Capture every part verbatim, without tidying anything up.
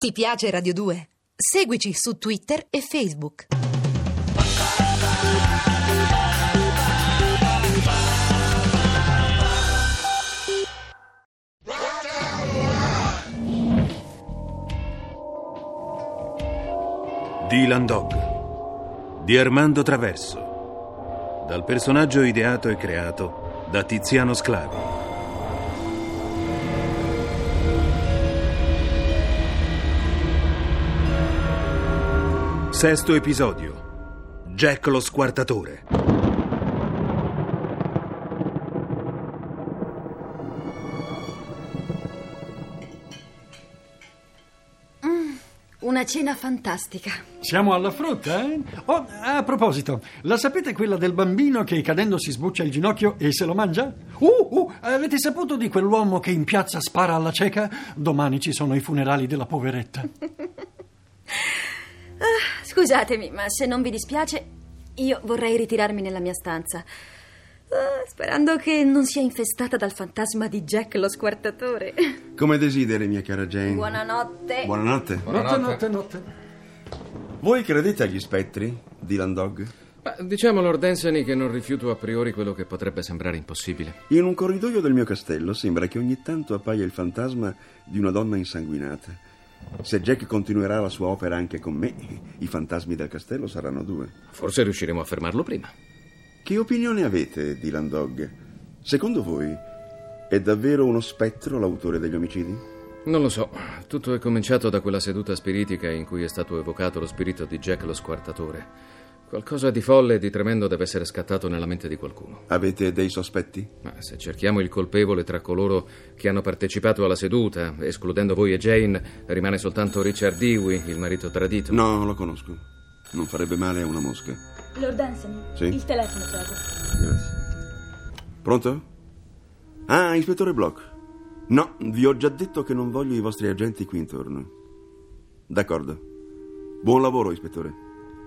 Ti piace Radio due? Seguici su Twitter e Facebook. Dylan Dog di Armando Traverso, dal personaggio ideato e creato da Tiziano Sclavi. Sesto episodio. Jack lo squartatore. Mm, una cena fantastica. Siamo alla frutta, eh? Oh, a proposito, la sapete quella del bambino che cadendo si sbuccia il ginocchio e se lo mangia? Uh, uh, avete saputo di quell'uomo che in piazza spara alla cieca? Domani ci sono i funerali della poveretta. Ah, scusatemi, ma se non vi dispiace, io vorrei ritirarmi nella mia stanza, ah, sperando che non sia infestata dal fantasma di Jack lo squartatore. Come desideri, mia cara Jane. Buonanotte. Buonanotte. Notte, notte, notte. Voi credete agli spettri, Dylan Dog? Ma diciamo, Lord Anthony, che non rifiuto a priori quello che potrebbe sembrare impossibile. In un corridoio del mio castello sembra che ogni tanto appaia il fantasma di una donna insanguinata. Se Jack continuerà la sua opera anche con me, i fantasmi del castello saranno due. Forse riusciremo a fermarlo prima. Che opinione avete, Dylan Dog? Secondo voi è davvero uno spettro l'autore degli omicidi? Non lo so. Tutto è cominciato da quella seduta spiritica in cui è stato evocato lo spirito di Jack lo squartatore. Qualcosa di folle e di tremendo deve essere scattato nella mente di qualcuno. Avete dei sospetti? Ma se cerchiamo il colpevole tra coloro che hanno partecipato alla seduta, escludendo voi e Jane, rimane soltanto Richard Dewey, il marito tradito. No, lo conosco. Non farebbe male a una mosca. Lord Anthony, Sì? il telefono, prego. Grazie. Pronto? Ah, ispettore Block. No, vi ho già detto che non voglio i vostri agenti qui intorno. D'accordo. Buon lavoro, ispettore.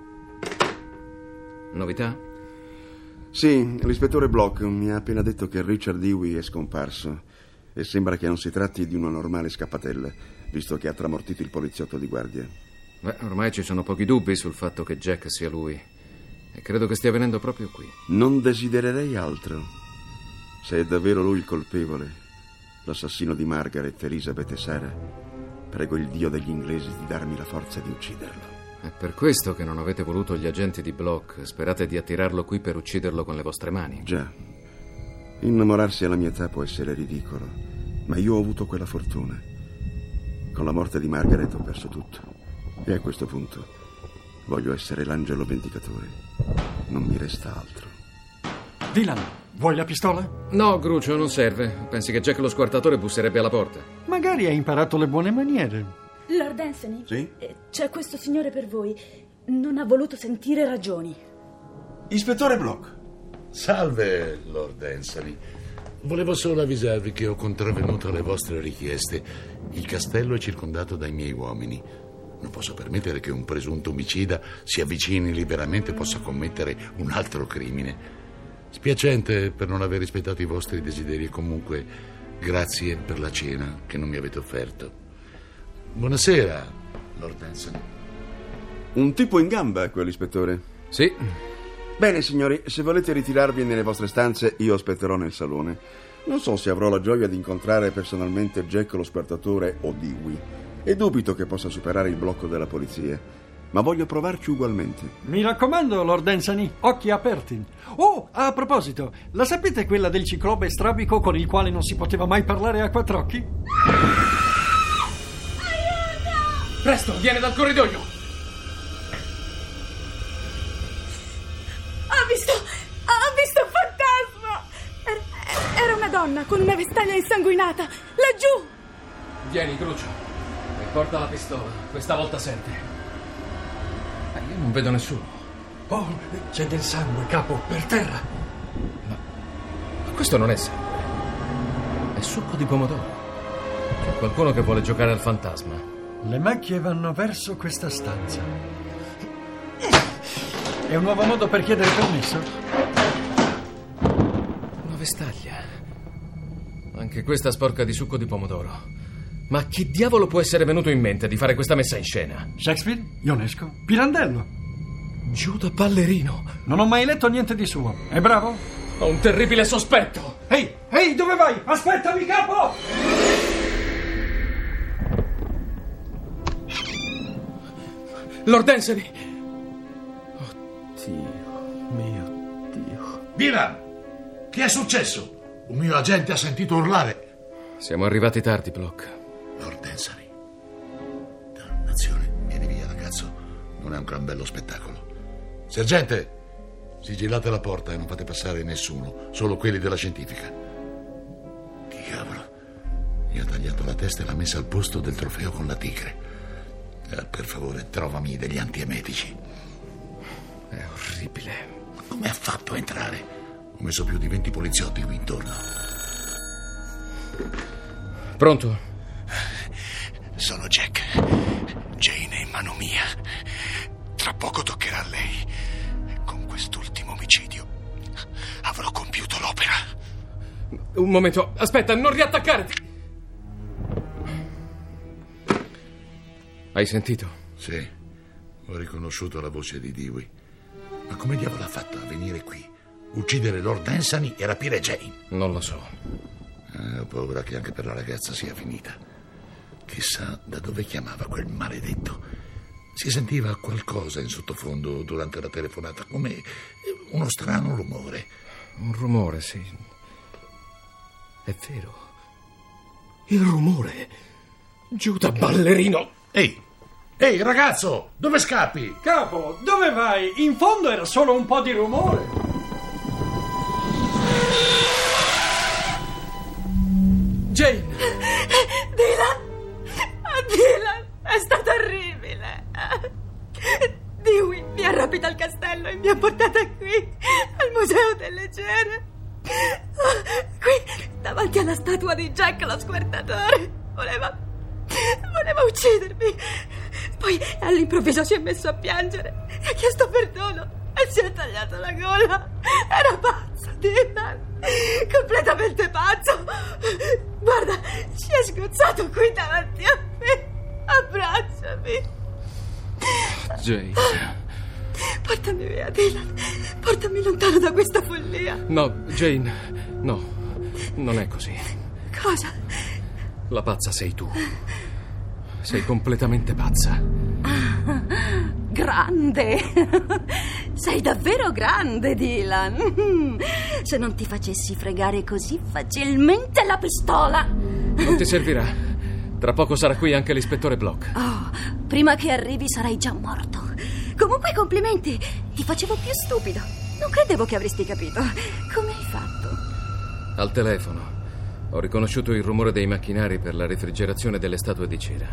Novità? Sì, l'ispettore Block mi ha appena detto che Richard Dewey è scomparso e sembra che non si tratti di una normale scappatella, visto che ha tramortito il poliziotto di guardia. Beh, ormai ci sono pochi dubbi sul fatto che Jack sia lui e credo che stia venendo proprio qui. Non desidererei altro. Se è davvero lui il colpevole, l'assassino di Margaret, Elizabeth e Sarah, prego il Dio degli inglesi di darmi la forza di ucciderlo. È per questo che non avete voluto gli agenti di Block. Sperate di attirarlo qui per ucciderlo con le vostre mani. Già. Innamorarsi alla mia età può essere ridicolo, ma io ho avuto quella fortuna. Con la morte di Margaret ho perso tutto. E a questo punto voglio essere l'angelo vendicatore. Non mi resta altro. Dylan, vuoi la pistola? No, Grucio, non serve. Pensi che Jack lo squartatore busserebbe alla porta? Magari hai imparato le buone maniere. Lord Anthony? Sì? Eh, C'è questo signore per voi. Non ha voluto sentire ragioni. Ispettore Block. Salve, Lord Anthony. Volevo solo avvisarvi che ho contravvenuto alle vostre richieste. Il castello è circondato dai miei uomini. Non posso permettere che un presunto omicida si avvicini liberamente e possa commettere un altro crimine. Spiacente per non aver rispettato i vostri desideri e comunque grazie per la cena che non mi avete offerto. Buonasera, Lord Anthony. Un tipo in gamba, quell'ispettore. Sì. Bene, signori, se volete ritirarvi nelle vostre stanze, io aspetterò nel salone. Non so se avrò la gioia di incontrare personalmente Jack lo squartatore o Dewey, e dubito che possa superare il blocco della polizia, ma voglio provarci ugualmente. Mi raccomando, Lord Anthony, occhi aperti. Oh, a proposito, la sapete quella del ciclope strabico con il quale non si poteva mai parlare a quattro occhi? Presto, viene dal corridoio! Ha visto... Ha visto un fantasma! Era, era una donna con una vestaglia insanguinata. Laggiù! Vieni, Grucio. E porta la pistola. Questa volta serve. Ma io non vedo nessuno. Oh, c'è del sangue, capo, per terra. Ma, ma questo non è sangue. È succo di pomodoro. C'è qualcuno che vuole giocare al fantasma. Le macchie vanno verso questa stanza. È un nuovo modo per chiedere permesso? Una vestaglia. Anche questa sporca di succo di pomodoro. Ma a chi diavolo può essere venuto in mente di fare questa messa in scena? Shakespeare? Ionesco? Pirandello? Giuda Ballerino. Non ho mai letto niente di suo. È bravo? Ho un terribile sospetto. Ehi, ehi, dove vai? Aspettami, capo! Lord Anthony! Oddio, mio Dio. Dylan! Che è successo? Un mio agente ha sentito urlare. Siamo arrivati tardi, Block. Lord Anthony. Dannazione, vieni via, ragazzo. Non è un gran bello spettacolo. Sergente, sigillate la porta e non fate passare nessuno, solo quelli della scientifica. Diavolo, gli ha tagliato la testa e l'ha messa al posto del trofeo con la tigre. Eh, per favore, trovami degli antiemetici. È orribile. Ma come ha fatto a entrare? Ho messo più di venti poliziotti qui intorno. Pronto? Sono Jack. Jane è in mano mia. Tra poco toccherà a lei. Con quest'ultimo omicidio avrò compiuto l'opera. Un momento, aspetta, non riattaccare! Hai sentito? Sì, ho riconosciuto la voce di Dewey. Ma come diavolo ha fatto a venire qui? Uccidere Lord Anthony e rapire Jane? Non lo so. Eh, ho paura che anche per la ragazza sia finita. Chissà da dove chiamava quel maledetto. Si sentiva qualcosa in sottofondo durante la telefonata, come uno strano rumore. Un rumore, sì. È vero. Il rumore. Giuda Ballerino. Ehi, ehi ragazzo, dove scappi? Capo, dove vai? In fondo era solo un po' di rumore. Jane! Dylan! Dylan! È stato orribile! Dewey mi ha rapito al castello e mi ha portata qui, al Museo delle Cere. Qui, davanti alla statua di Jack lo squartatore. Voleva... voleva uccidermi. Poi all'improvviso si è messo a piangere e ha chiesto perdono e si è tagliato la gola. Era pazzo, Dylan. Completamente pazzo. Guarda, si è sgozzato qui davanti a me. Abbracciami. Jane. Portami via, Dylan. Portami lontano da questa follia. No, Jane. No, non è così. Cosa? La pazza sei tu. Sei completamente pazza. Ah, grande. Sei davvero grande, Dylan. Se non ti facessi fregare così facilmente la pistola. Non ti servirà. Tra poco sarà qui anche l'ispettore Block. Oh, prima che arrivi sarai già morto. Comunque complimenti. Ti facevo più stupido. Non credevo che avresti capito. Come hai fatto? Al telefono. Ho riconosciuto il rumore dei macchinari per la refrigerazione delle statue di cera.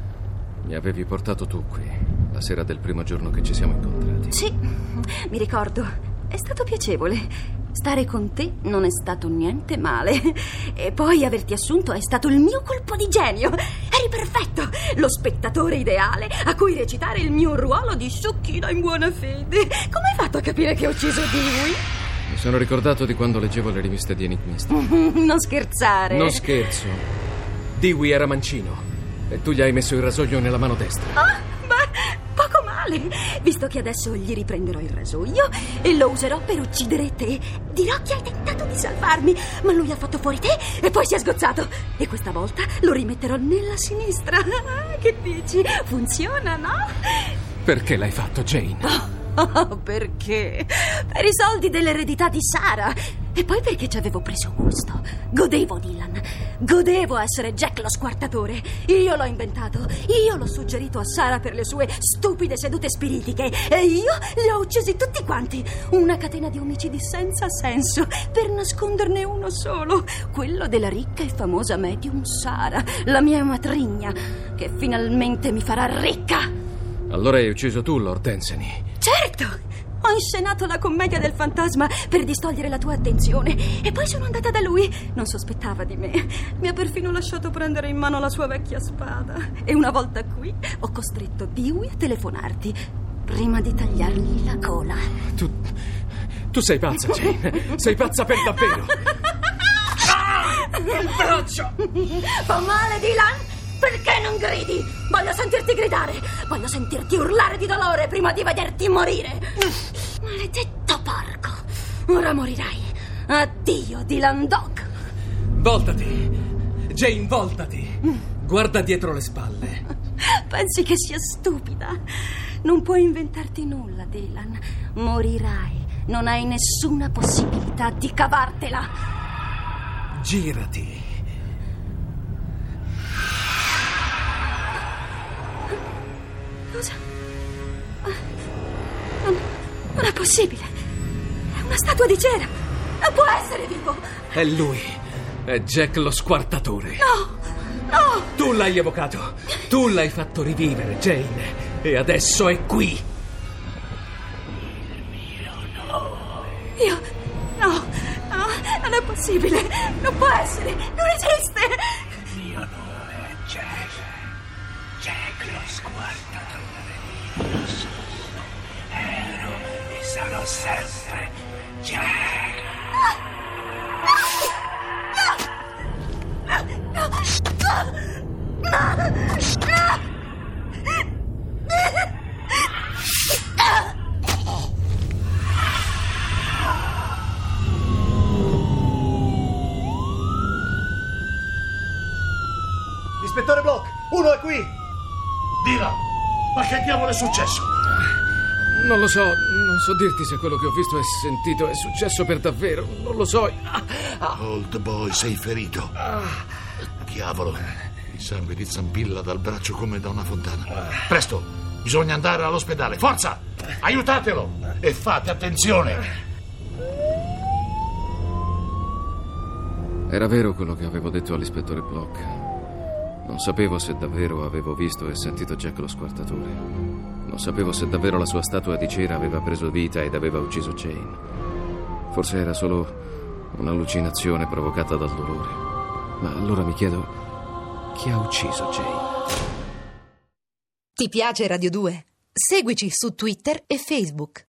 Mi avevi portato tu qui, la sera del primo giorno che ci siamo incontrati. Sì, mi ricordo. È stato piacevole. Stare con te non è stato niente male. E poi averti assunto è stato il mio colpo di genio. Eri perfetto, lo spettatore ideale a cui recitare il mio ruolo di sciocchina in buona fede. Come hai fatto a capire che ho ucciso Dewey? Mi sono ricordato di quando leggevo le riviste di enigmisti. Non scherzare. Non scherzo. Dewey era mancino e tu gli hai messo il rasoio nella mano destra. Ah, ma poco male, visto che adesso gli riprenderò il rasoio e lo userò per uccidere te. Dirò che hai tentato di salvarmi, ma lui ha fatto fuori te e poi si è sgozzato. E questa volta lo rimetterò nella sinistra. Che dici? Funziona, no? Perché l'hai fatto, Jane? Oh. Oh, perché? Per i soldi dell'eredità di Sara. E poi perché ci avevo preso gusto. Godevo, Dylan. Godevo essere Jack lo squartatore. Io l'ho inventato. Io l'ho suggerito a Sara per le sue stupide sedute spiritiche. E io li ho uccisi tutti quanti. Una catena di omicidi senza senso, per nasconderne uno solo. Quello della ricca e famosa medium Sara, la mia matrigna, che finalmente mi farà ricca. Allora hai ucciso tu Lord Anthony? Certo! Ho inscenato la commedia del fantasma per distogliere la tua attenzione e poi sono andata da lui. Non sospettava di me. Mi ha perfino lasciato prendere in mano la sua vecchia spada. E una volta qui ho costretto Dewey a telefonarti prima di tagliargli la gola. Tu... tu sei pazza, Jane. Sei pazza per davvero. Ah! Il braccio! Fa male, Dylan? Perché non gridi? Voglio sentirti gridare. Voglio sentirti urlare di dolore prima di vederti morire. Maledetto porco. Ora morirai. Addio, Dylan Dog. Voltati. Jane, voltati. Guarda dietro le spalle. Pensi che sia stupida? Non puoi inventarti nulla, Dylan. Morirai. Non hai nessuna possibilità di cavartela. Girati. Cosa? Non, non è possibile. È una statua di cera. Non può essere vivo. È lui. È Jack lo squartatore. No, no. Tu l'hai evocato. Tu l'hai fatto rivivere, Jane. E adesso è qui. Io... No, no, non è possibile. Non può essere. Non esiste. Il mio nome è Jack. Jack lo squartatore. Io sono, ero e sarò sempre Jack. No, no, no, no. Ispettore Block, uno è qui! Dylan, ma che diavolo è successo? Non lo so, non so dirti se quello che ho visto e sentito è successo per davvero. Non lo so. Old boy, sei ferito. Diavolo, il sangue ti zampilla dal braccio come da una fontana. Presto, bisogna andare all'ospedale. Forza, aiutatelo e fate attenzione. Era vero quello che avevo detto all'ispettore Block. Non sapevo se davvero avevo visto e sentito Jack lo squartatore. Non sapevo se davvero la sua statua di cera aveva preso vita ed aveva ucciso Jane. Forse era solo un'allucinazione provocata dal dolore. Ma allora mi chiedo, chi ha ucciso Jane? Ti piace Radio due? Seguici su Twitter e Facebook.